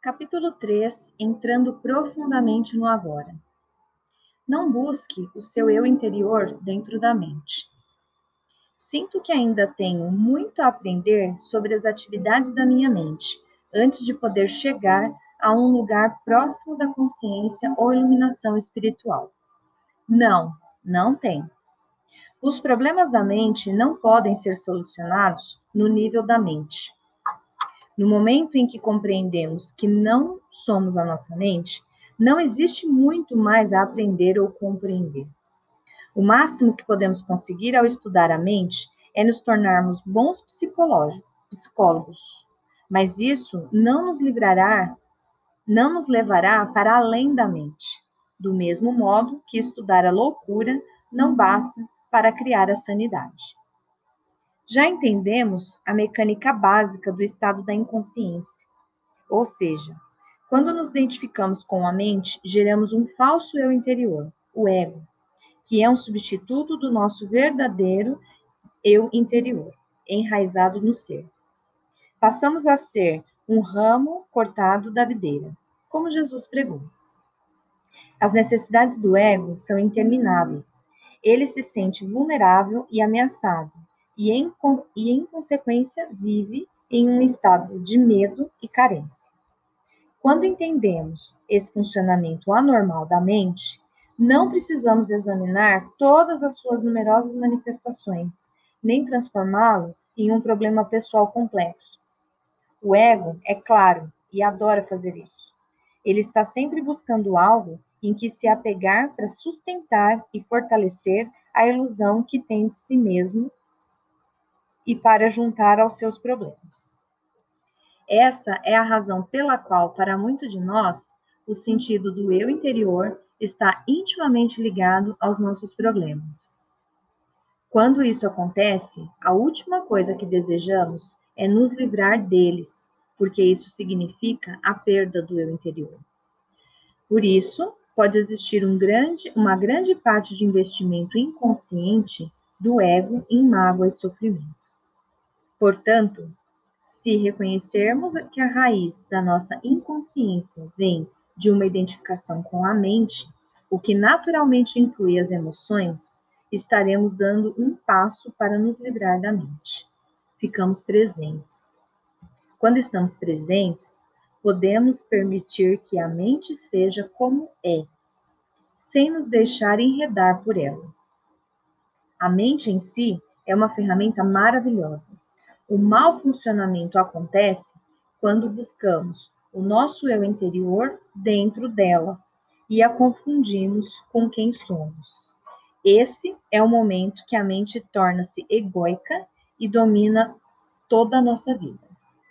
Capítulo 3. Entrando profundamente no agora. Não busque o seu eu interior dentro da mente. Sinto que ainda tenho muito a aprender sobre as atividades da minha mente, antes de poder chegar a um lugar próximo da consciência ou iluminação espiritual. Não tem. Os problemas da mente não podem ser solucionados no nível da mente. No momento em que compreendemos que não somos a nossa mente, não existe muito mais a aprender ou compreender. O máximo que podemos conseguir ao estudar a mente é nos tornarmos bons psicólogos, mas isso não nos levará para além da mente, do mesmo modo que estudar a loucura não basta para criar a sanidade. Já entendemos a mecânica básica do estado da inconsciência, ou seja, quando nos identificamos com a mente, geramos um falso eu interior, o ego, que é um substituto do nosso verdadeiro eu interior, enraizado no ser. Passamos a ser um ramo cortado da videira, como Jesus pregou. As necessidades do ego são intermináveis. Ele se sente vulnerável e ameaçado, e em consequência vive em um estado de medo e carência. Quando entendemos esse funcionamento anormal da mente, não precisamos examinar todas as suas numerosas manifestações, nem transformá-lo em um problema pessoal complexo. O ego, é claro, e adora fazer isso. Ele está sempre buscando algo em que se apegar para sustentar e fortalecer a ilusão que tem de si mesmo e para juntar aos seus problemas. Essa é a razão pela qual, para muitos de nós, o sentido do eu interior está intimamente ligado aos nossos problemas. Quando isso acontece, a última coisa que desejamos é nos livrar deles, porque isso significa a perda do eu interior. Por isso, pode existir uma grande parte de investimento inconsciente do ego em mágoa e sofrimento. Portanto, se reconhecermos que a raiz da nossa inconsciência vem de uma identificação com a mente, o que naturalmente inclui as emoções, estaremos dando um passo para nos livrar da mente. Ficamos presentes. Quando estamos presentes, podemos permitir que a mente seja como é, sem nos deixar enredar por ela. A mente em si é uma ferramenta maravilhosa. O mau funcionamento acontece quando buscamos o nosso eu interior dentro dela e a confundimos com quem somos. Esse é o momento que a mente torna-se egóica e domina toda a nossa vida.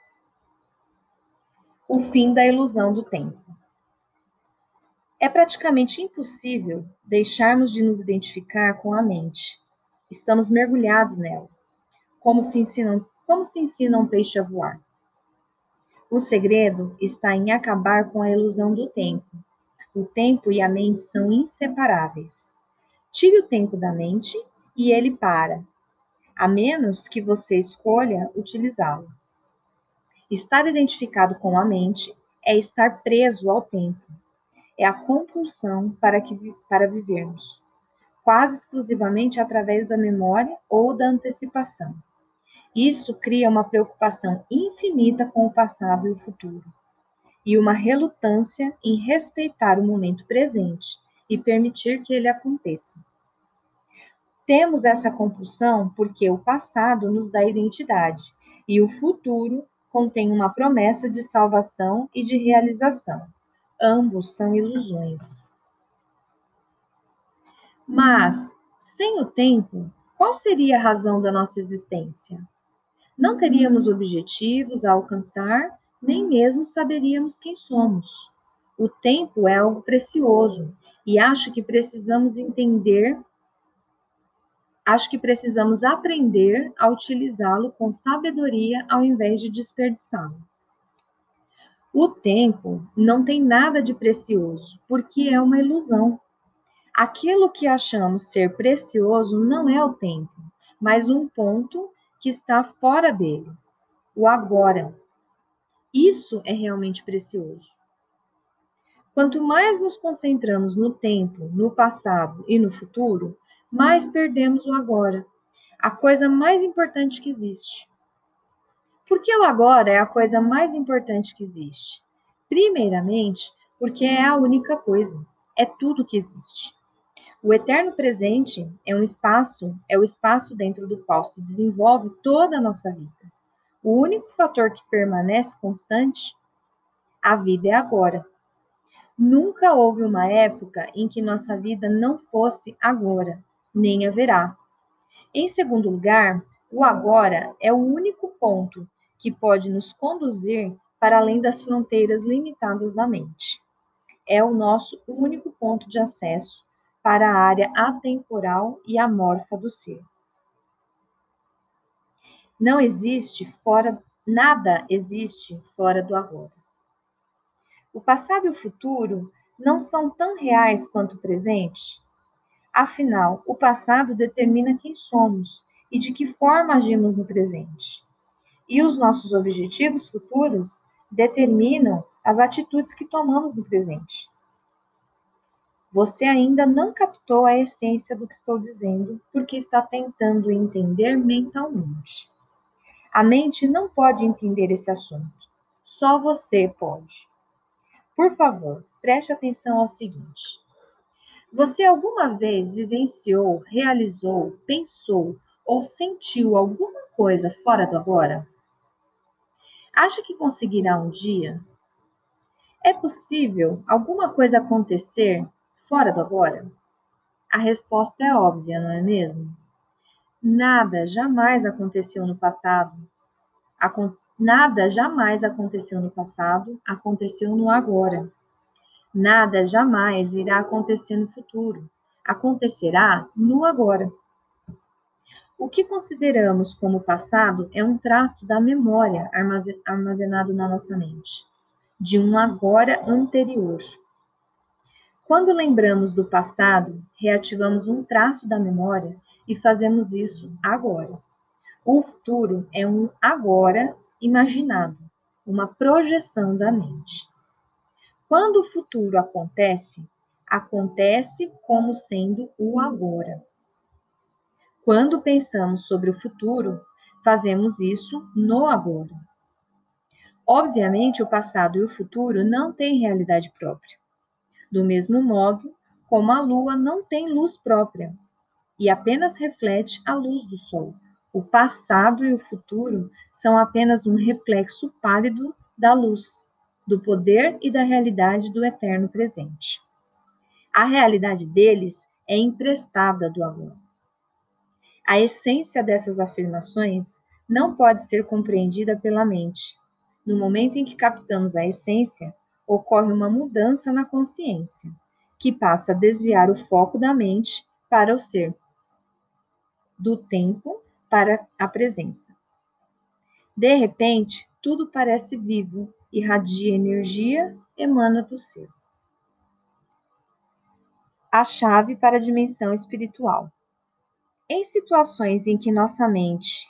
O fim da ilusão do tempo. É praticamente impossível deixarmos de nos identificar com a mente. Estamos mergulhados nela, como se ensina um peixe a voar. O segredo está em acabar com a ilusão do tempo. O tempo e a mente são inseparáveis. Tire o tempo da mente e ele para, a menos que você escolha utilizá-lo. Estar identificado com a mente é estar preso ao tempo. É a compulsão para vivermos, quase exclusivamente através da memória ou da antecipação. Isso cria uma preocupação infinita com o passado e o futuro, e uma relutância em respeitar o momento presente e permitir que ele aconteça. Temos essa compulsão porque o passado nos dá identidade e o futuro contém uma promessa de salvação e de realização. Ambos são ilusões. Mas, sem o tempo, qual seria a razão da nossa existência? Não teríamos objetivos a alcançar, nem mesmo saberíamos quem somos. O tempo é algo precioso e acho que precisamos aprender a utilizá-lo com sabedoria ao invés de desperdiçá-lo. O tempo não tem nada de precioso, porque é uma ilusão. Aquilo que achamos ser precioso não é o tempo, mas um ponto que está fora dele, o agora. Isso é realmente precioso. Quanto mais nos concentramos no tempo, no passado e no futuro, mais perdemos o agora, a coisa mais importante que existe. Porque o agora é a coisa mais importante que existe. Primeiramente, porque é a única coisa, é tudo que existe. O eterno presente é o espaço dentro do qual se desenvolve toda a nossa vida. O único fator que permanece constante, a vida é agora. Nunca houve uma época em que nossa vida não fosse agora, nem haverá. Em segundo lugar, o agora é o único ponto que pode nos conduzir para além das fronteiras limitadas da mente. É o nosso único ponto de acesso para a área atemporal e amorfa do ser. Não existe fora, nada existe fora do agora. O passado e o futuro não são tão reais quanto o presente? Afinal, o passado determina quem somos e de que forma agimos no presente. E os nossos objetivos futuros determinam as atitudes que tomamos no presente. Você ainda não captou a essência do que estou dizendo, porque está tentando entender mentalmente. A mente não pode entender esse assunto. Só você pode. Por favor, preste atenção ao seguinte. Você alguma vez vivenciou, realizou, pensou ou sentiu alguma coisa fora do agora? Acha que conseguirá um dia? É possível alguma coisa acontecer fora do agora? A resposta é óbvia, não é mesmo? Nada jamais aconteceu no passado. Nada jamais aconteceu no passado, aconteceu no agora. Nada jamais irá acontecer no futuro. Acontecerá no agora. O que consideramos como passado é um traço da memória armazenado na nossa mente, de um agora anterior. Quando lembramos do passado, reativamos um traço da memória e fazemos isso agora. O futuro é um agora imaginado, uma projeção da mente. Quando o futuro acontece, acontece como sendo o agora. Quando pensamos sobre o futuro, fazemos isso no agora. Obviamente, o passado e o futuro não têm realidade própria. Do mesmo modo como a lua não tem luz própria e apenas reflete a luz do sol. O passado e o futuro são apenas um reflexo pálido da luz, do poder e da realidade do eterno presente. A realidade deles é emprestada do agora. A essência dessas afirmações não pode ser compreendida pela mente. No momento em que captamos a essência, ocorre uma mudança na consciência, que passa a desviar o foco da mente para o ser, do tempo para a presença. De repente, tudo parece vivo, irradia energia, emana do ser. A chave para a dimensão espiritual. Em situações em que nossa mente,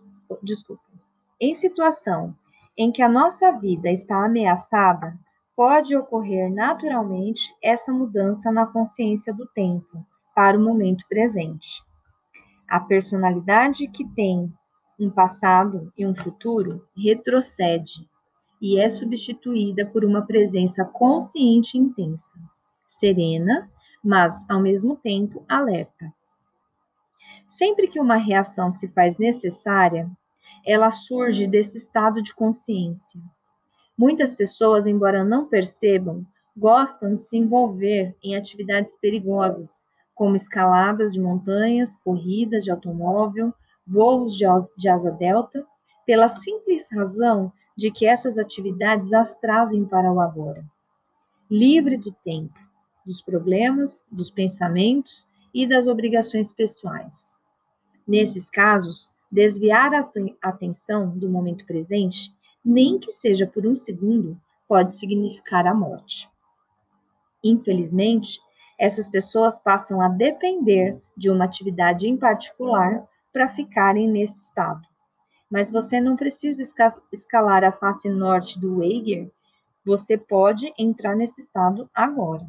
em situação em que a nossa vida está ameaçada, pode ocorrer naturalmente essa mudança na consciência do tempo para o momento presente. A personalidade que tem um passado e um futuro retrocede e é substituída por uma presença consciente intensa, serena, mas ao mesmo tempo alerta. Sempre que uma reação se faz necessária, ela surge desse estado de consciência. Muitas pessoas, embora não percebam, gostam de se envolver em atividades perigosas, como escaladas de montanhas, corridas de automóvel, voos de asa delta, pela simples razão de que essas atividades as trazem para o agora, livre do tempo, dos problemas, dos pensamentos e das obrigações pessoais. Nesses casos, desviar a atenção do momento presente, nem que seja por um segundo, pode significar a morte. Infelizmente, essas pessoas passam a depender de uma atividade em particular para ficarem nesse estado. Mas você não precisa escalar a face norte do Eiger. Você pode entrar nesse estado agora.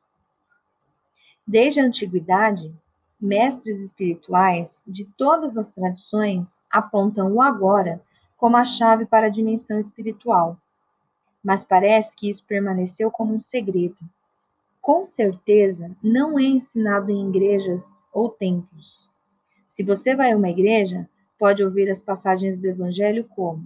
Desde a antiguidade, mestres espirituais de todas as tradições apontam o agora como a chave para a dimensão espiritual. Mas parece que isso permaneceu como um segredo. Com certeza, não é ensinado em igrejas ou templos. Se você vai a uma igreja, pode ouvir as passagens do Evangelho como: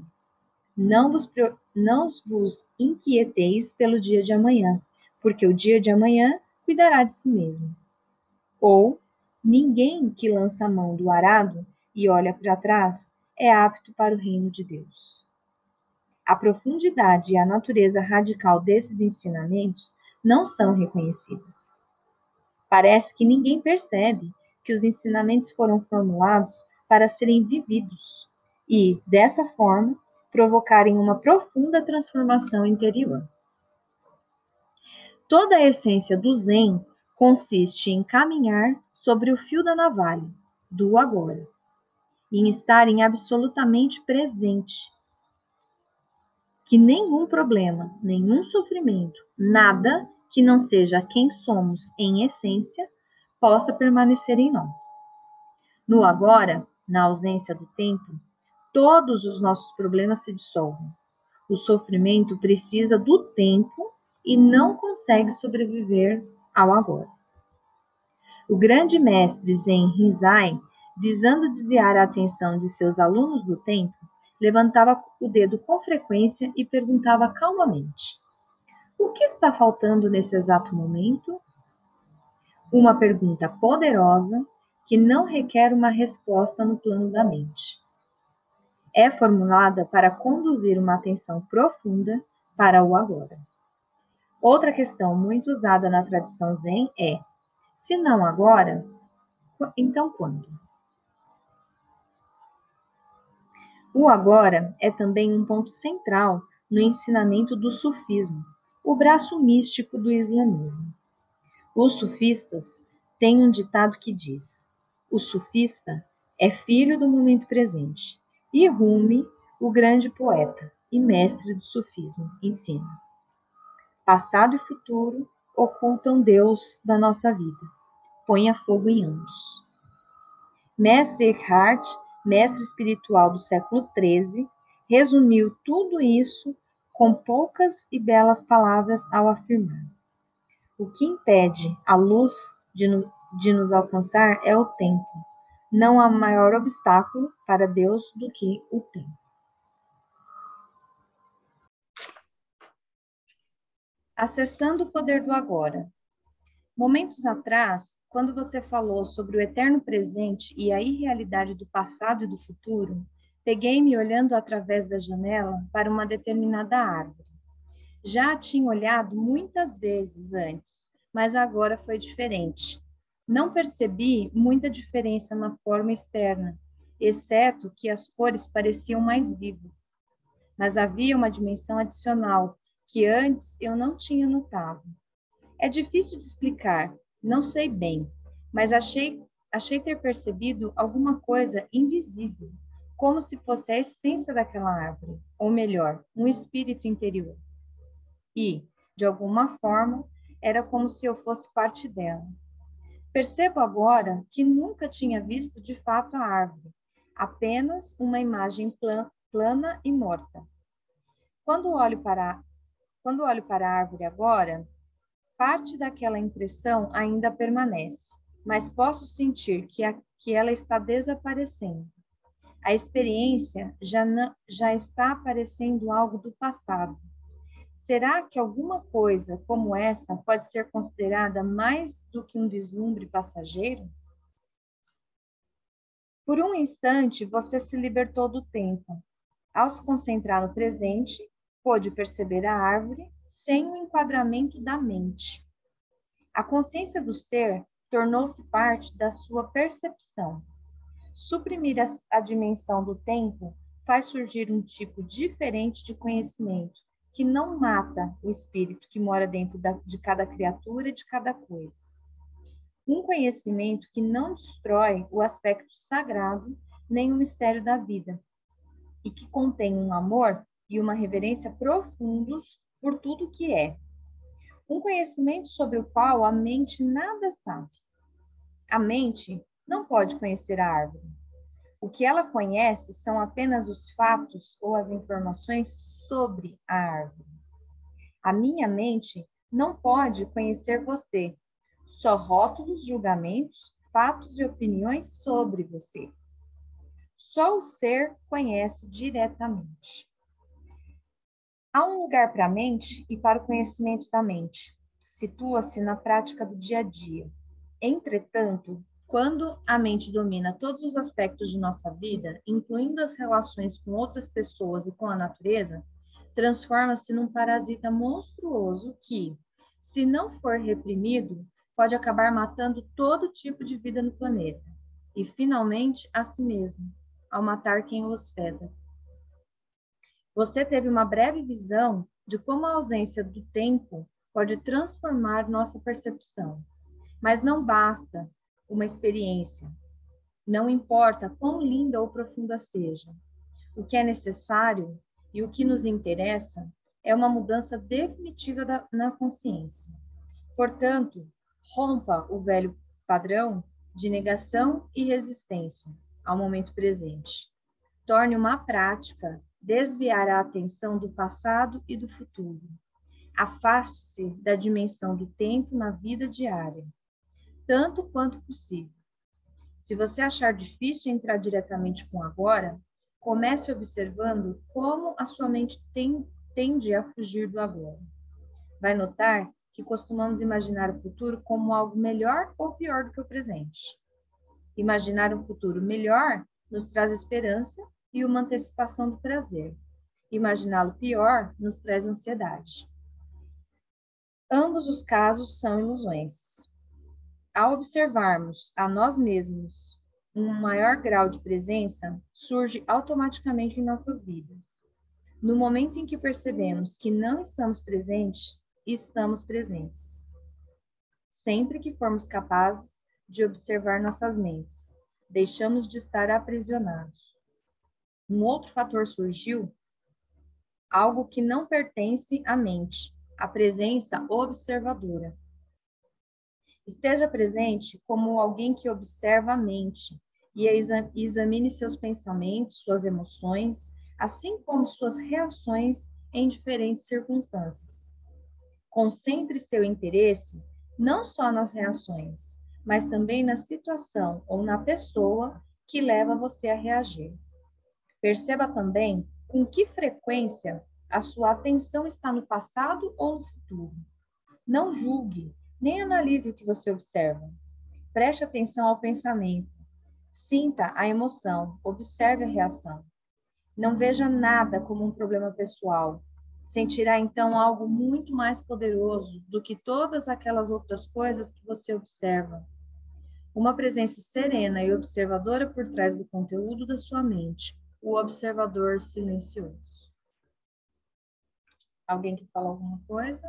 não vos inquieteis pelo dia de amanhã, porque o dia de amanhã cuidará de si mesmo. Ou, ninguém que lança a mão do arado e olha para trás é apto para o reino de Deus. A profundidade e a natureza radical desses ensinamentos não são reconhecidas. Parece que ninguém percebe que os ensinamentos foram formulados para serem vividos e, dessa forma, provocarem uma profunda transformação interior. Toda a essência do Zen consiste em caminhar sobre o fio da navalha, do agora, em estarem absolutamente presente. Que nenhum problema, nenhum sofrimento, nada que não seja quem somos em essência, possa permanecer em nós. No agora, na ausência do tempo, todos os nossos problemas se dissolvem. O sofrimento precisa do tempo e não consegue sobreviver ao agora. O grande mestre Zen Rinzai, visando desviar a atenção de seus alunos do tempo, levantava o dedo com frequência e perguntava calmamente: o que está faltando nesse exato momento? Uma pergunta poderosa que não requer uma resposta no plano da mente. É formulada para conduzir uma atenção profunda para o agora. Outra questão muito usada na tradição Zen é: se não agora, então quando? O agora é também um ponto central no ensinamento do sufismo, o braço místico do islamismo. Os sufistas têm um ditado que diz: o sufista é filho do momento presente. E Rumi, o grande poeta e mestre do sufismo, ensina: passado e futuro ocultam Deus da nossa vida. Ponha fogo em ambos. Mestre Eckhart, mestre espiritual do século XIII, resumiu tudo isso com poucas e belas palavras ao afirmar: o que impede a luz de nos alcançar é o tempo. Não há maior obstáculo para Deus do que o tempo. Acessando o poder do agora. Momentos atrás, quando você falou sobre o eterno presente e a irrealidade do passado e do futuro, peguei-me olhando através da janela para uma determinada árvore. Já a tinha olhado muitas vezes antes, mas agora foi diferente. Não percebi muita diferença na forma externa, exceto que as cores pareciam mais vivas. Mas havia uma dimensão adicional que antes eu não tinha notado. É difícil de explicar, não sei bem, mas achei ter percebido alguma coisa invisível, como se fosse a essência daquela árvore, ou melhor, um espírito interior. E, de alguma forma, era como se eu fosse parte dela. Percebo agora que nunca tinha visto de fato a árvore, apenas uma imagem plana e morta. Quando olho para a árvore agora, parte daquela impressão ainda permanece, mas posso sentir que ela está desaparecendo. A experiência já está parecendo algo do passado. Será que alguma coisa como essa pode ser considerada mais do que um vislumbre passageiro? Por um instante, você se libertou do tempo. Ao se concentrar no presente, pôde perceber a árvore sem o enquadramento da mente. A consciência do ser tornou-se parte da sua percepção. Suprimir a dimensão do tempo faz surgir um tipo diferente de conhecimento, que não mata o espírito que mora dentro de cada criatura e de cada coisa. Um conhecimento que não destrói o aspecto sagrado nem o mistério da vida. e que contém um amor e uma reverência profundos por tudo que é. Um conhecimento sobre o qual a mente nada sabe. A mente não pode conhecer a árvore. O que ela conhece são apenas os fatos ou as informações sobre a árvore. A minha mente não pode conhecer você, só rótulos, julgamentos, fatos e opiniões sobre você. Só o ser conhece diretamente. Há um lugar para a mente e para o conhecimento da mente. Situa-se na prática do dia a dia. Entretanto, quando a mente domina todos os aspectos de nossa vida, incluindo as relações com outras pessoas e com a natureza, transforma-se num parasita monstruoso que, se não for reprimido, pode acabar matando todo tipo de vida no planeta e, finalmente, a si mesmo, ao matar quem o hospeda. Você teve uma breve visão de como a ausência do tempo pode transformar nossa percepção. Mas não basta uma experiência. Não importa quão linda ou profunda seja. O que é necessário e o que nos interessa é uma mudança definitiva na consciência. Portanto, rompa o velho padrão de negação e resistência ao momento presente. Torne uma prática desviar a atenção do passado e do futuro. Afaste-se da dimensão do tempo na vida diária, tanto quanto possível. Se você achar difícil entrar diretamente com agora, comece observando como a sua mente tende a fugir do agora. Vai notar que costumamos imaginar o futuro como algo melhor ou pior do que o presente. Imaginar um futuro melhor nos traz esperança e uma antecipação do prazer. Imaginá-lo pior nos traz ansiedade. Ambos os casos são ilusões. Ao observarmos a nós mesmos um maior grau de presença, surge automaticamente em nossas vidas. No momento em que percebemos que não estamos presentes, estamos presentes. Sempre que formos capazes de observar nossas mentes, deixamos de estar aprisionados. Um outro fator surgiu, algo que não pertence à mente, a presença observadora. Esteja presente como alguém que observa a mente e examine seus pensamentos, suas emoções, assim como suas reações em diferentes circunstâncias. Concentre seu interesse não só nas reações, mas também na situação ou na pessoa que leva você a reagir. Perceba também com que frequência a sua atenção está no passado ou no futuro. Não julgue, nem analise o que você observa. Preste atenção ao pensamento. Sinta a emoção, observe a reação. Não veja nada como um problema pessoal. Sentirá então algo muito mais poderoso do que todas aquelas outras coisas que você observa. Uma presença serena e observadora por trás do conteúdo da sua mente. O observador silencioso. Alguém que fala alguma coisa?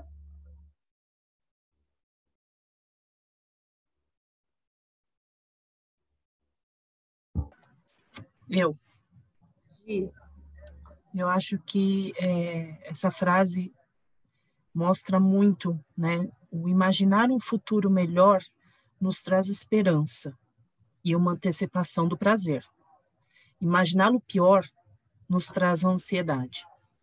Eu Diz. Eu acho que essa frase mostra muito, né? O imaginar um futuro melhor nos traz esperança e uma antecipação do prazer. Imaginá-lo pior nos traz ansiedade.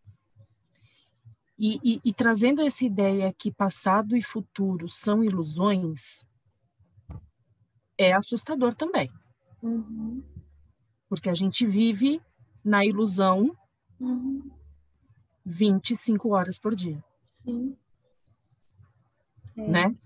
E trazendo essa ideia que passado e futuro são ilusões, é assustador também. Uhum. Porque a gente vive na ilusão 25 horas por dia. Sim. Né?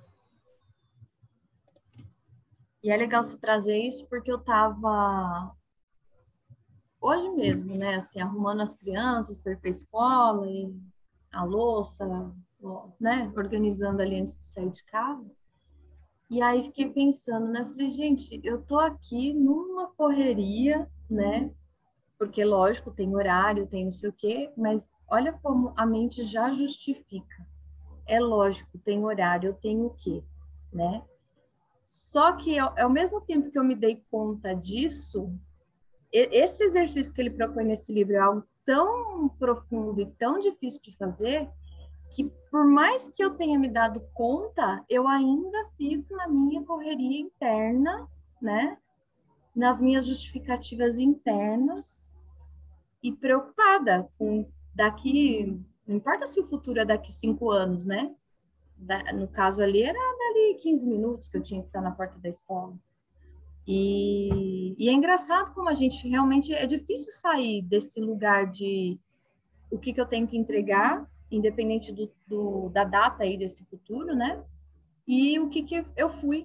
E é legal você trazer isso porque eu tava hoje mesmo, né, assim, arrumando as crianças para ir para a escola e a louça, né, organizando ali antes de sair de casa. E aí fiquei pensando, né, falei, gente, eu tô aqui numa correria, né, porque lógico, tem horário, tem não sei o quê, mas olha como a mente já justifica. É lógico, tem horário, eu tenho o quê, né? Só que ao mesmo tempo que eu me dei conta disso, esse exercício que ele propõe nesse livro é algo tão profundo e tão difícil de fazer, que por mais que eu tenha me dado conta, eu ainda fico na minha correria interna, né? Nas minhas justificativas internas e preocupada com daqui, não importa se o futuro é daqui 5 anos, né? No caso ali, era dali 15 minutos que eu tinha que estar na porta da escola. E é engraçado como a gente realmente, é difícil sair desse lugar de o que eu tenho que entregar, independente da data aí desse futuro, né? E o que eu fui.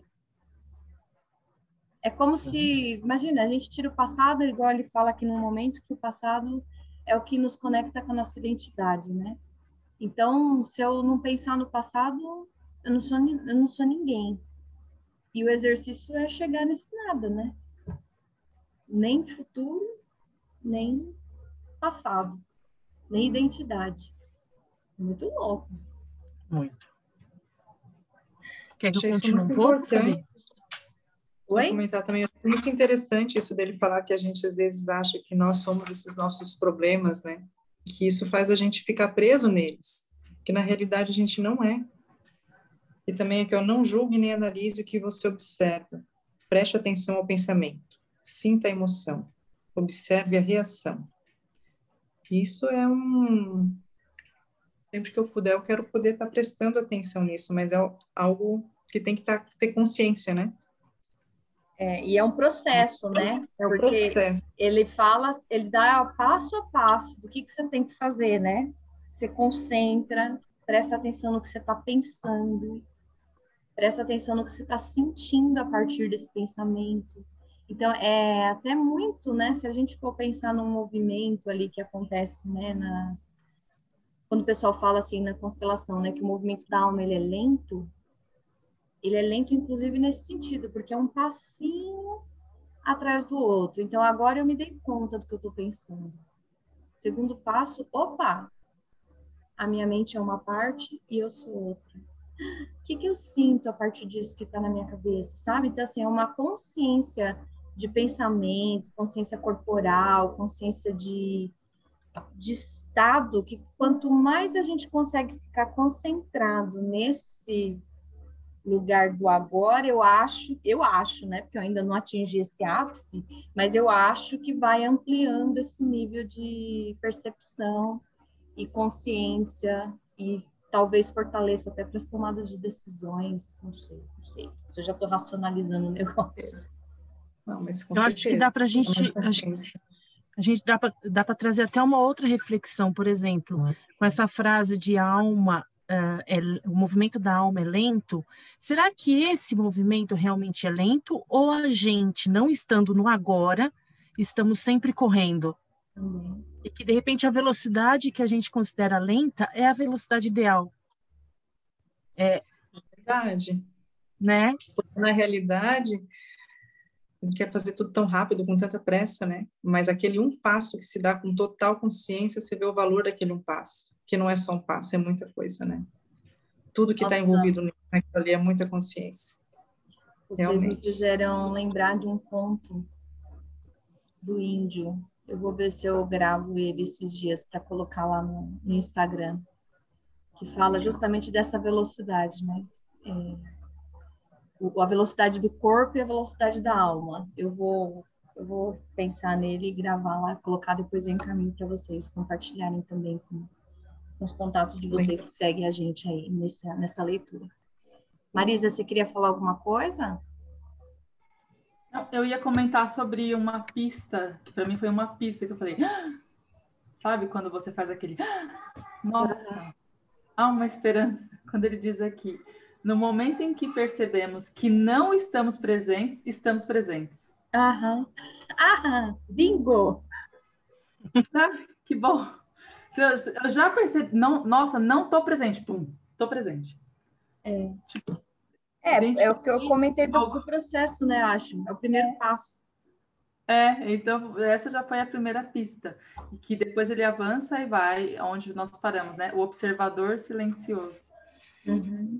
É como se, imagina, a gente tira o passado, igual ele fala aqui no momento, que o passado é o que nos conecta com a nossa identidade, né? Então, se eu não pensar no passado, eu não sou ninguém. E o exercício é chegar nesse nada, né? Nem futuro, nem passado, nem identidade. Muito louco. Muito. Quer que eu Achei isso continue um muito pouco, importante. Fabi? Vou comentar também, é muito interessante isso dele falar que a gente às vezes acha que nós somos esses nossos problemas, né? Que isso faz a gente ficar preso neles, que na realidade a gente não é. E também é que eu não julgue nem analise o que você observa. Preste atenção ao pensamento, sinta a emoção, observe a reação. Isso é sempre que eu puder, eu quero poder estar prestando atenção nisso, mas é algo que tem que ter consciência, né? E é um processo, né? É o Porque processo. ele fala, ele dá passo a passo do que você tem que fazer, né? Você concentra, presta atenção no que você está pensando, presta atenção no que você está sentindo a partir desse pensamento. Então, é até muito, né? Se a gente for pensar num movimento ali que acontece, né? Quando o pessoal fala assim na constelação, né? Que o movimento da alma ele é lento, inclusive, nesse sentido, porque é um passinho atrás do outro. Então, agora eu me dei conta do que eu estou pensando. Segundo passo, opa, a minha mente é uma parte e eu sou outra. O que eu sinto a partir disso que está na minha cabeça, sabe? Então, assim, é uma consciência de pensamento, consciência corporal, consciência de estado, que quanto mais a gente consegue ficar concentrado nesse lugar do agora, eu acho, né? Porque eu ainda não atingi esse ápice, mas eu acho que vai ampliando esse nível de percepção e consciência e talvez fortaleça até para as tomadas de decisões, não sei, não sei. Eu já estou racionalizando o negócio. Não, mas com Eu certeza. acho que dá para a gente, dá para trazer até uma outra reflexão, por exemplo, com essa frase de alma, o movimento da alma é lento. Será que esse movimento realmente é lento ou a gente, não estando no agora, estamos sempre correndo? Também. E que, de repente, a velocidade que a gente considera lenta é a velocidade ideal. É verdade. Né? Porque, na realidade, a gente quer fazer tudo tão rápido, com tanta pressa, né? Mas aquele um passo que se dá com total consciência, você vê o valor daquele um passo. Que não é só um passo, é muita coisa, né? Tudo que está envolvido naquilo ali é muita consciência. Vocês me Realmente. fizeram lembrar de um conto do índio. Eu vou ver se eu gravo ele esses dias para colocar lá no Instagram, que fala justamente dessa velocidade, né? A velocidade do corpo e a velocidade da alma. Eu vou pensar nele e gravar lá, colocar depois eu encaminho para vocês compartilharem também com os contatos de vocês que seguem a gente aí nessa leitura. Marisa, você queria falar alguma coisa? Não, eu ia comentar sobre uma pista, que para mim foi uma pista que eu falei, sabe quando você faz aquele, nossa, há uma esperança, quando ele diz aqui, no momento em que percebemos que não estamos presentes, estamos presentes. Aham, bingo! Que bom! Eu já percebi, não, nossa, não estou presente, pum, estou presente. Tipo, é o que eu comentei do processo, né, acho. É o primeiro passo. Então essa já foi a primeira pista, que depois ele avança e vai onde nós paramos, né? O observador silencioso. Uhum.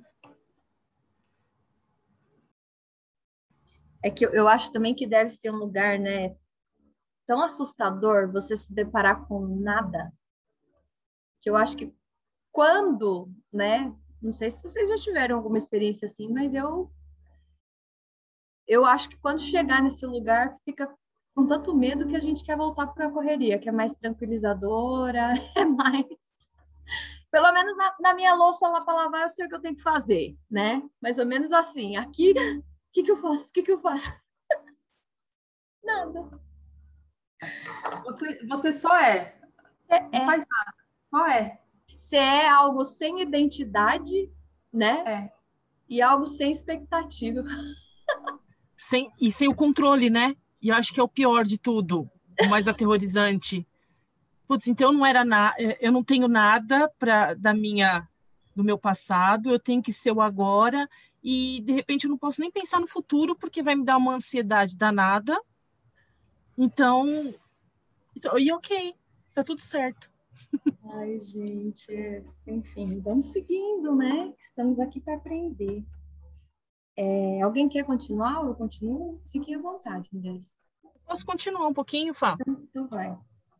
É que eu acho também que deve ser um lugar, né, tão assustador você se deparar com nada, que eu acho que quando, né? Não sei se vocês já tiveram alguma experiência assim, mas eu acho que quando chegar nesse lugar, fica com tanto medo que a gente quer voltar para a correria, que é mais tranquilizadora, é mais. Pelo menos na minha louça lá para lavar, eu sei o que eu tenho que fazer, né? Mais ou menos assim. Aqui, o que eu faço? O que eu faço? Nada. Você só é. Não faz nada, só é. Você é algo sem identidade, né? É. E algo sem expectativa. Sem o controle, né? E eu acho que é o pior de tudo, o mais aterrorizante. Putz, então eu não tenho nada do meu passado, eu tenho que ser o agora, e de repente eu não posso nem pensar no futuro, porque vai me dar uma ansiedade danada. Então e ok, tá tudo certo. Ai, gente, enfim, vamos seguindo, né? Estamos aqui para aprender. Alguém quer continuar? Eu continuo? Fiquem à vontade, mulheres. Posso continuar um pouquinho, Fá? Então vai.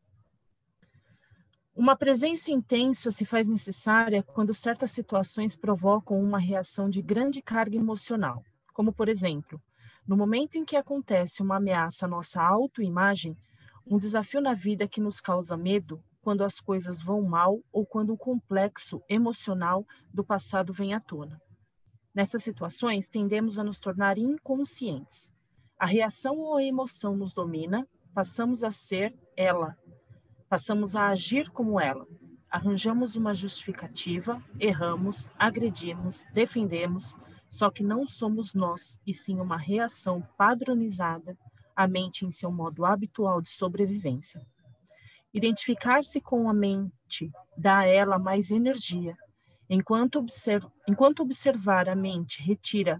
Uma presença intensa se faz necessária quando certas situações provocam uma reação de grande carga emocional, como, por exemplo, no momento em que acontece uma ameaça à nossa autoimagem, um desafio na vida que nos causa medo, quando as coisas vão mal ou quando o complexo emocional do passado vem à tona. Nessas situações, tendemos a nos tornar inconscientes. A reação ou a emoção nos domina, passamos a ser ela. Passamos a agir como ela. Arranjamos uma justificativa, erramos, agredimos, defendemos, só que não somos nós, e sim uma reação padronizada, a mente em seu modo habitual de sobrevivência. Identificar-se com a mente dá a ela mais energia, enquanto observar a mente retira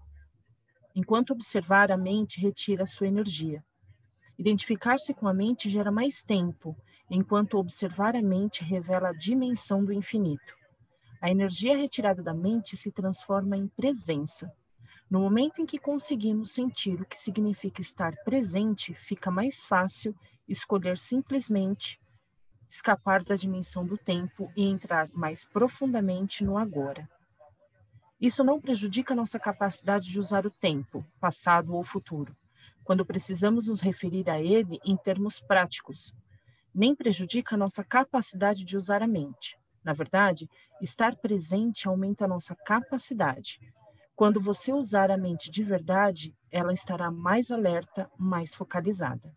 sua energia. Identificar-se com a mente gera mais tempo, enquanto observar a mente revela a dimensão do infinito. A energia retirada da mente se transforma em presença. No momento em que conseguimos sentir o que significa estar presente, fica mais fácil escolher simplesmente escapar da dimensão do tempo e entrar mais profundamente no agora. Isso não prejudica nossa capacidade de usar o tempo, passado ou futuro, quando precisamos nos referir a ele em termos práticos. Nem prejudica nossa capacidade de usar a mente. Na verdade, estar presente aumenta a nossa capacidade. Quando você usar a mente de verdade, ela estará mais alerta, mais focalizada.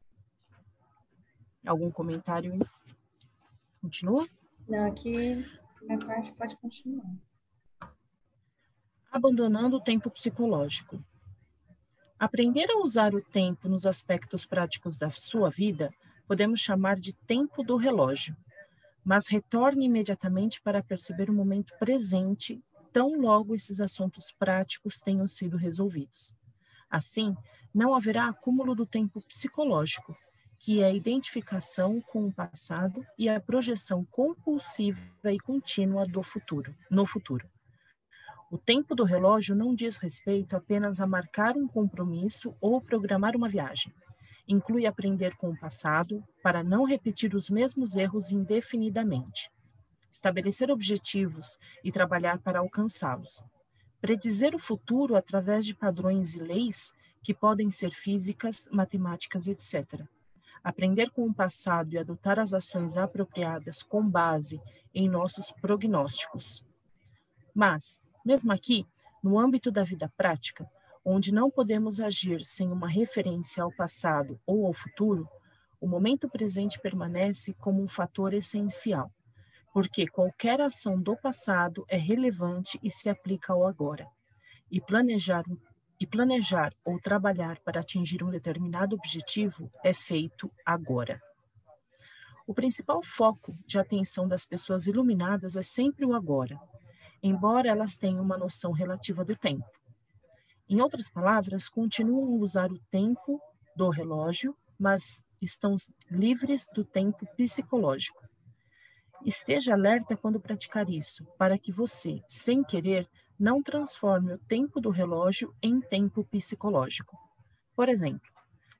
Algum comentário aí? Continua? Não, aqui minha parte pode continuar. Abandonando o tempo psicológico. Aprender a usar o tempo nos aspectos práticos da sua vida podemos chamar de tempo do relógio, mas retorne imediatamente para perceber o momento presente, tão logo esses assuntos práticos tenham sido resolvidos. Assim, não haverá acúmulo do tempo psicológico, que é a identificação com o passado e a projeção compulsiva e contínua no futuro. O tempo do relógio não diz respeito apenas a marcar um compromisso ou programar uma viagem. Inclui aprender com o passado para não repetir os mesmos erros indefinidamente. Estabelecer objetivos e trabalhar para alcançá-los. Predizer o futuro através de padrões e leis que podem ser físicas, matemáticas, etc. Aprender com o passado e adotar as ações apropriadas com base em nossos prognósticos. Mas, mesmo aqui, no âmbito da vida prática, onde não podemos agir sem uma referência ao passado ou ao futuro, o momento presente permanece como um fator essencial, porque qualquer ação do passado é relevante e se aplica ao agora. E planejar ou trabalhar para atingir um determinado objetivo é feito agora. O principal foco de atenção das pessoas iluminadas é sempre o agora, embora elas tenham uma noção relativa do tempo. Em outras palavras, continuam a usar o tempo do relógio, mas estão livres do tempo psicológico. Esteja alerta quando praticar isso, para que você, sem querer, não transforme o tempo do relógio em tempo psicológico. Por exemplo,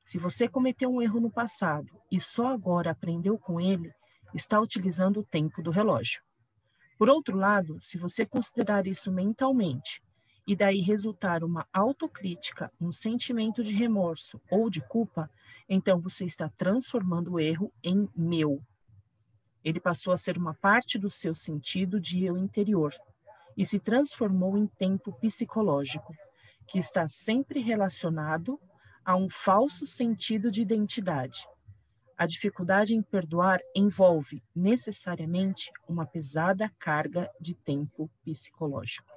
Se você cometeu um erro no passado e só agora aprendeu com ele, está utilizando o tempo do relógio. Por outro lado, se você considerar isso mentalmente e daí resultar uma autocrítica, um sentimento de remorso ou de culpa, então você está transformando o erro em meu. Ele passou a ser uma parte do seu sentido de eu interior e se transformou em tempo psicológico, que está sempre relacionado a um falso sentido de identidade. A dificuldade em perdoar envolve, necessariamente, uma pesada carga de tempo psicológico.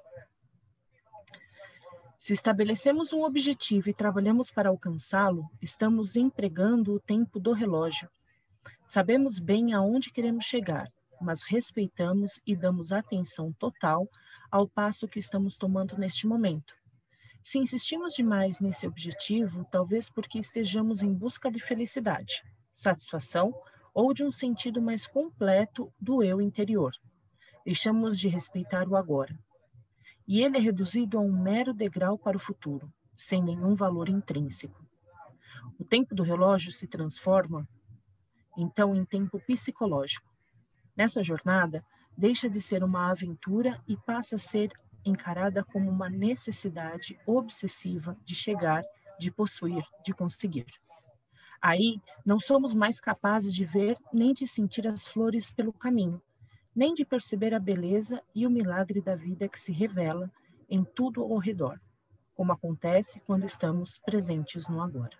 Se estabelecemos um objetivo e trabalhamos para alcançá-lo, estamos empregando o tempo do relógio. Sabemos bem aonde queremos chegar, mas respeitamos e damos atenção total ao passo que estamos tomando neste momento. Se insistimos demais nesse objetivo, talvez porque estejamos em busca de felicidade, satisfação ou de um sentido mais completo do eu interior. Deixamos de respeitar o agora. E ele é reduzido a um mero degrau para o futuro, sem nenhum valor intrínseco. O tempo do relógio se transforma, então, em tempo psicológico. Nessa jornada, deixa de ser uma aventura e passa a ser encarada como uma necessidade obsessiva de chegar, de possuir, de conseguir. Aí, não somos mais capazes de ver nem de sentir as flores pelo caminho, nem de perceber a beleza e o milagre da vida que se revela em tudo ao redor, como acontece quando estamos presentes no agora.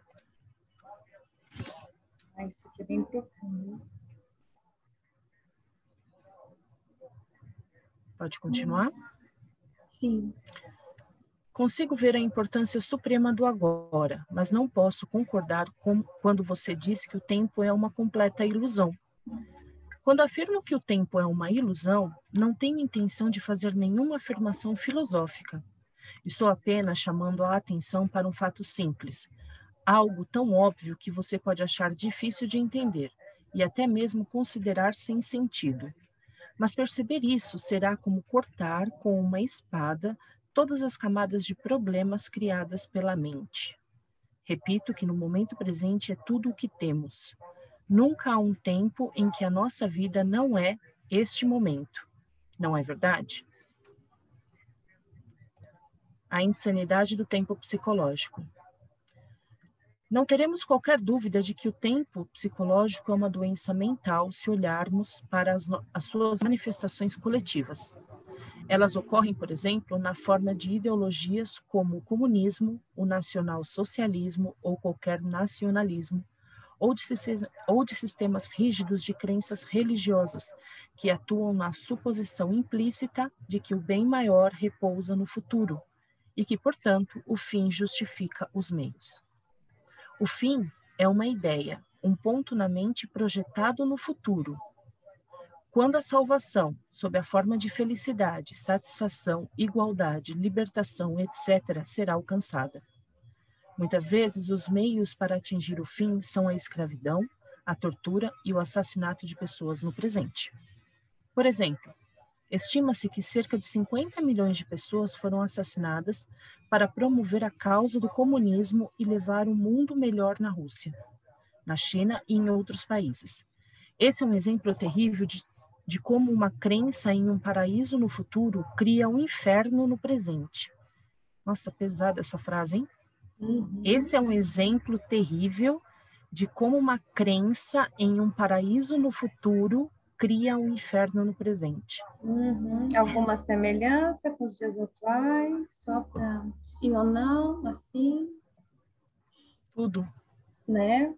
Isso aqui é bem profundo. Pode continuar? Sim. Consigo ver a importância suprema do agora, mas não posso concordar com quando você diz que o tempo é uma completa ilusão. Quando afirmo que o tempo é uma ilusão, não tenho intenção de fazer nenhuma afirmação filosófica. Estou apenas chamando a atenção para um fato simples, algo tão óbvio que você pode achar difícil de entender e até mesmo considerar sem sentido. Mas perceber isso será como cortar com uma espada todas as camadas de problemas criadas pela mente. Repito que no momento presente é tudo o que temos. Nunca há um tempo em que a nossa vida não é este momento. Não é verdade? A insanidade do tempo psicológico. Não teremos qualquer dúvida de que o tempo psicológico é uma doença mental se olharmos para as suas manifestações coletivas. Elas ocorrem, por exemplo, na forma de ideologias como o comunismo, o nacional-socialismo ou qualquer nacionalismo, ou de sistemas rígidos de crenças religiosas que atuam na suposição implícita de que o bem maior repousa no futuro e que, portanto, o fim justifica os meios. O fim é uma ideia, um ponto na mente projetado no futuro. Quando a salvação, sob a forma de felicidade, satisfação, igualdade, libertação, etc., será alcançada. Muitas vezes, os meios para atingir o fim são a escravidão, a tortura e o assassinato de pessoas no presente. Por exemplo, estima-se que cerca de 50 milhões de pessoas foram assassinadas para promover a causa do comunismo e levar um mundo melhor na Rússia, na China e em outros países. Esse é um exemplo terrível de como uma crença em um paraíso no futuro cria um inferno no presente. Nossa, pesada essa frase, hein? Esse é um exemplo terrível de como uma crença em um paraíso no futuro cria um inferno no presente. Alguma semelhança com os dias atuais? Só para sim ou não, assim? Tudo. Né?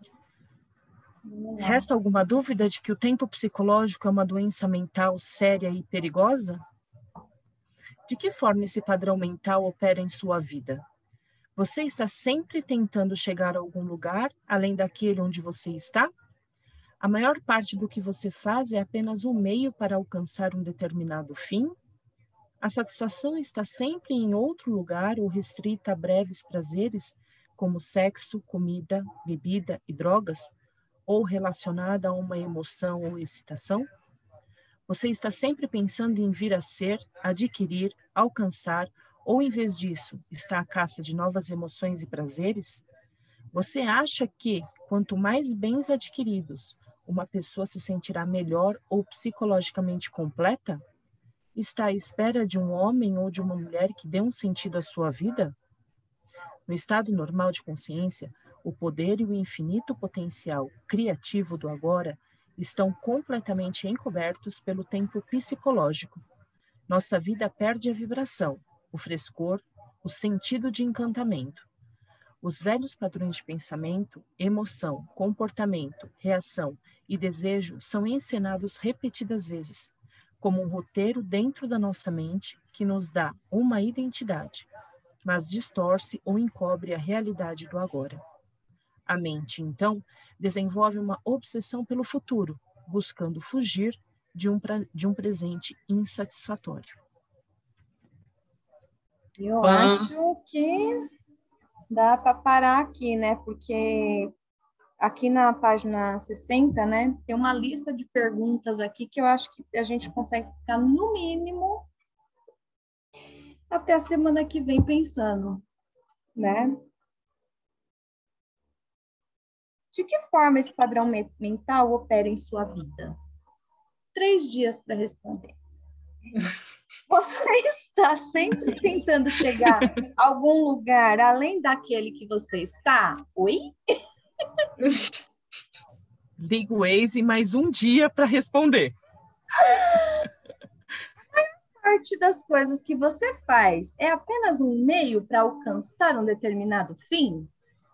Resta alguma dúvida de que o tempo psicológico é uma doença mental séria e perigosa? De que forma esse padrão mental opera em sua vida? Você está sempre tentando chegar a algum lugar, além daquele onde você está? A maior parte do que você faz é apenas um meio para alcançar um determinado fim? A satisfação está sempre em outro lugar ou restrita a breves prazeres, como sexo, comida, bebida e drogas, ou relacionada a uma emoção ou excitação? Você está sempre pensando em vir a ser, adquirir, alcançar, ou, em vez disso, está à caça de novas emoções e prazeres? Você acha que, quanto mais bens adquiridos, uma pessoa se sentirá melhor ou psicologicamente completa? Está à espera de um homem ou de uma mulher que dê um sentido à sua vida? No estado normal de consciência, o poder e o infinito potencial criativo do agora estão completamente encobertos pelo tempo psicológico. Nossa vida perde a vibração, o frescor, o sentido de encantamento. Os velhos padrões de pensamento, emoção, comportamento, reação e desejo são encenados repetidas vezes, como um roteiro dentro da nossa mente que nos dá uma identidade, mas distorce ou encobre a realidade do agora. A mente, então, desenvolve uma obsessão pelo futuro, buscando fugir de um presente insatisfatório. Eu acho que dá para parar aqui, né? Porque aqui na página 60, né, tem uma lista de perguntas aqui que eu acho que a gente consegue ficar, no mínimo, até a semana que vem pensando, né? De que forma esse padrão mental opera em sua vida? 3 dias para responder. Você está sempre tentando chegar a algum lugar além daquele que você está? Oi? Liga o Waze mais um dia para responder. Parte das coisas que você faz é apenas um meio para alcançar um determinado fim?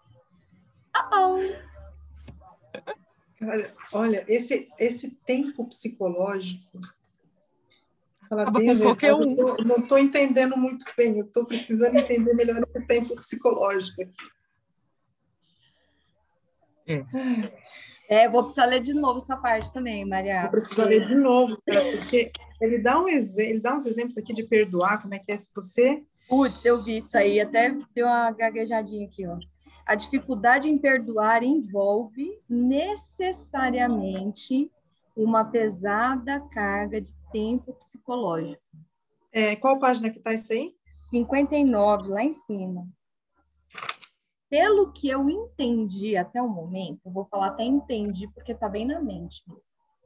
Cara, olha, esse tempo psicológico, fala Acaba bem a com qualquer verdade, eu não estou entendendo muito bem, eu estou precisando entender melhor esse tempo psicológico aqui. Vou precisar ler de novo essa parte também, Maria. Vou precisar ler de novo, cara, porque ele dá uns exemplos aqui de perdoar, como é que é se você... Putz, eu vi isso aí, até deu uma gaguejadinha aqui, ó. A dificuldade em perdoar envolve necessariamente uma pesada carga de tempo psicológico. Qual página que está isso aí? 59, lá em cima. Pelo que eu entendi até o momento, eu vou falar até entendi, porque está bem na mente mesmo.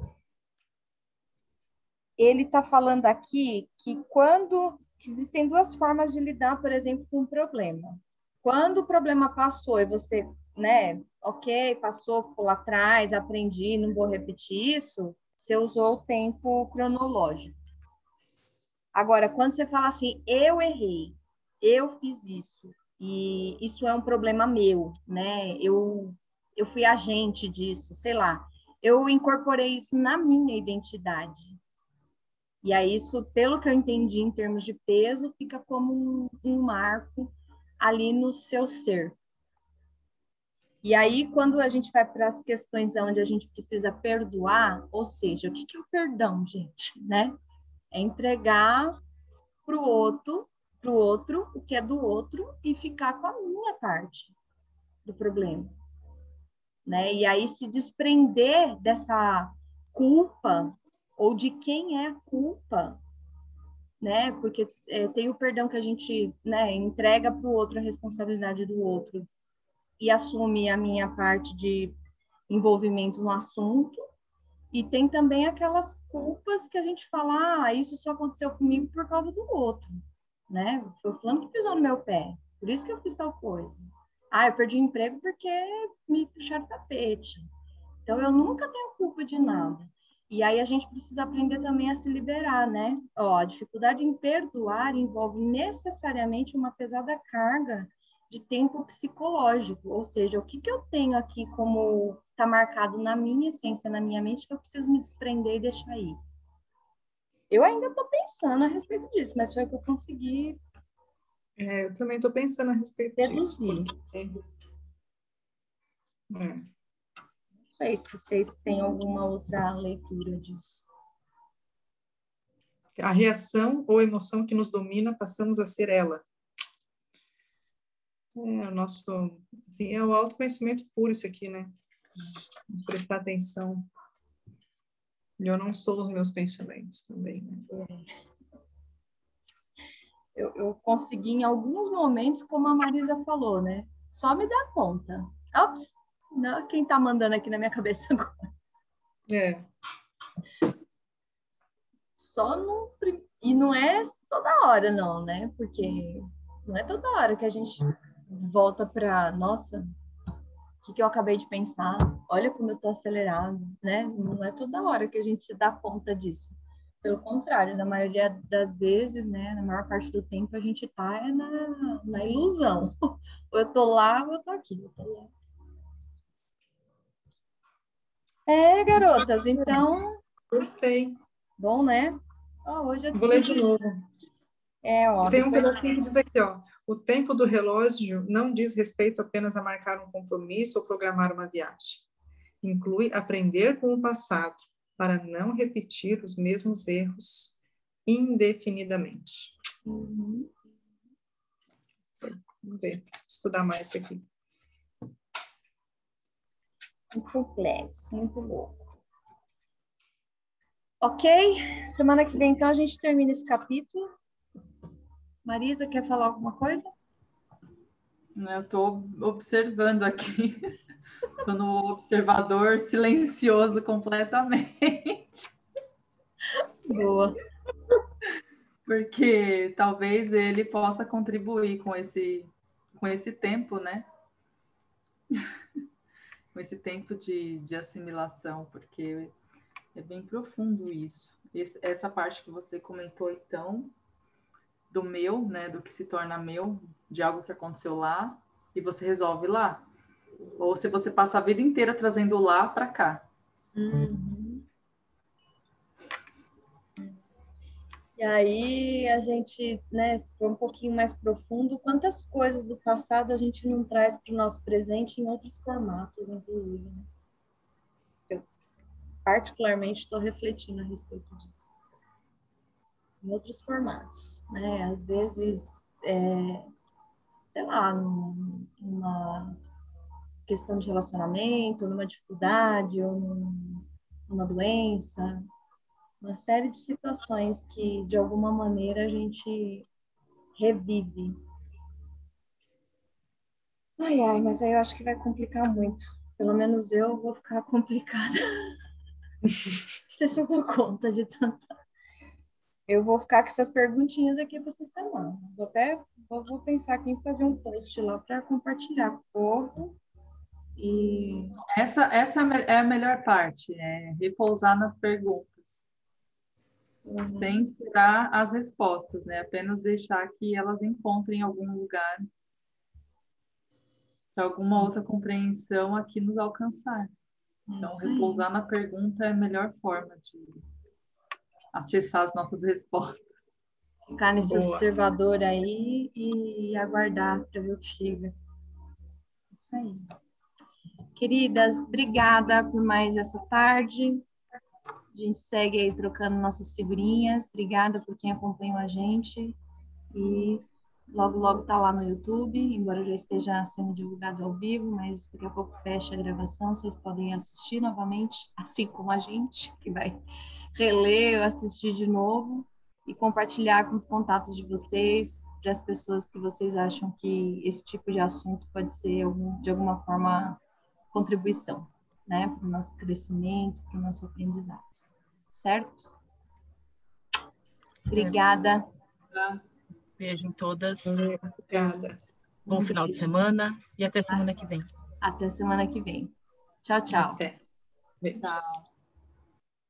Ele está falando aqui que existem 2 formas de lidar, por exemplo, com um problema. Quando o problema passou e você, né, ok, passou, ficou lá atrás, aprendi, não vou repetir isso, você usou o tempo cronológico. Agora, quando você fala assim, eu errei, eu fiz isso, e isso é um problema meu, né? Eu fui agente disso, sei lá. Eu incorporei isso na minha identidade. E aí isso, pelo que eu entendi em termos de peso, fica como um marco ali no seu ser. E aí, quando a gente vai para as questões onde a gente precisa perdoar, ou seja, o que é o perdão, gente, né? É entregar para o outro o que é do outro e ficar com a minha parte do problema, né? E aí se desprender dessa culpa ou de quem é a culpa, né? Porque tem o perdão que a gente, né, entrega para o outro a responsabilidade do outro e assume a minha parte de envolvimento no assunto. E tem também aquelas culpas que a gente fala, isso só aconteceu comigo por causa do outro, né? Foi o fulano que pisou no meu pé, por isso que eu fiz tal coisa. Eu perdi o emprego porque me puxaram o tapete. Então, eu nunca tenho culpa de nada. E aí a gente precisa aprender também a se liberar, né? A dificuldade em perdoar envolve necessariamente uma pesada carga de tempo psicológico, ou seja, o que eu tenho aqui como está marcado na minha essência, na minha mente, que eu preciso me desprender e deixar ir. Eu ainda estou pensando a respeito disso, mas foi o que eu consegui. Eu também estou pensando a respeito deduzir. disso. Não sei se vocês têm alguma outra leitura disso. A reação ou emoção que nos domina, passamos a ser ela. É o autoconhecimento puro isso aqui, né? Prestar atenção. Eu não sou os meus pensamentos também, né? Eu consegui em alguns momentos, como a Marisa falou, né? Só me dá conta. Ops, não, quem tá mandando aqui na minha cabeça agora? É. Só no... E não é toda hora, não, né? Porque não é toda hora que a gente volta para, nossa, o que eu acabei de pensar? Olha como eu tô acelerado, né? Não é toda hora que a gente se dá conta disso. Pelo contrário, na maioria das vezes, né? Na maior parte do tempo, a gente tá na ilusão. Ou eu tô lá, ou eu tô aqui. Eu tô lá. Garotas, então... Gostei. Bom, né? Hoje é Vou ler de novo. Tem um pedacinho que diz aqui, ó. O tempo do relógio não diz respeito apenas a marcar um compromisso ou programar uma viagem. Inclui aprender com o passado para não repetir os mesmos erros indefinidamente. Uhum. Vamos ver, estudar mais isso aqui. Muito complexo, muito louco. Ok? Semana que vem, então, a gente termina esse capítulo. Marisa, quer falar alguma coisa? Eu estou observando aqui. Estou no observador silencioso completamente. Boa. Porque talvez ele possa contribuir com esse tempo, né? Com esse tempo de assimilação, porque é bem profundo isso. Essa parte que você comentou, então, do meu, né? Do que se torna meu, de algo que aconteceu lá, e você resolve lá. Ou se você passa a vida inteira trazendo lá para cá. Uhum. E aí a gente, né, se for um pouquinho mais profundo, quantas coisas do passado a gente não traz para o nosso presente em outros formatos, inclusive, né? Eu particularmente estou refletindo a respeito disso. Em outros formatos, né? Às vezes, sei lá, numa questão de relacionamento, numa dificuldade, ou numa doença, uma série de situações que, de alguma maneira, a gente revive. Ai, mas aí eu acho que vai complicar muito. Pelo menos eu vou ficar complicada. Você se dá conta de tanta... Eu vou ficar com essas perguntinhas aqui para essa semana. Vou pensar aqui em fazer um post lá para compartilhar com o povo. E... Essa é a melhor parte, é repousar nas perguntas. Uhum. Sem esperar as respostas, né? Apenas deixar que elas encontrem algum lugar, alguma outra compreensão aqui nos alcançar. Então, repousar na pergunta é a melhor forma de acessar as nossas respostas. Ficar nesse observador aí e aguardar para ver o que chega. Isso aí. Queridas, obrigada por mais essa tarde. A gente segue aí trocando nossas figurinhas. Obrigada por quem acompanhou a gente. E logo, logo tá lá no YouTube, embora já esteja sendo divulgado ao vivo, mas daqui a pouco fecha a gravação, vocês podem assistir novamente, assim como a gente, que vai reler ou assistir de novo e compartilhar com os contatos de vocês, para as pessoas que vocês acham que esse tipo de assunto pode ser, de alguma forma, contribuição, né, para o nosso crescimento, para o nosso aprendizado. Certo? Obrigada. Beijo em todas. Obrigada. Bom final de semana e até semana que vem. Até semana que vem. Tchau, tchau. Até. Beijos. Tchau.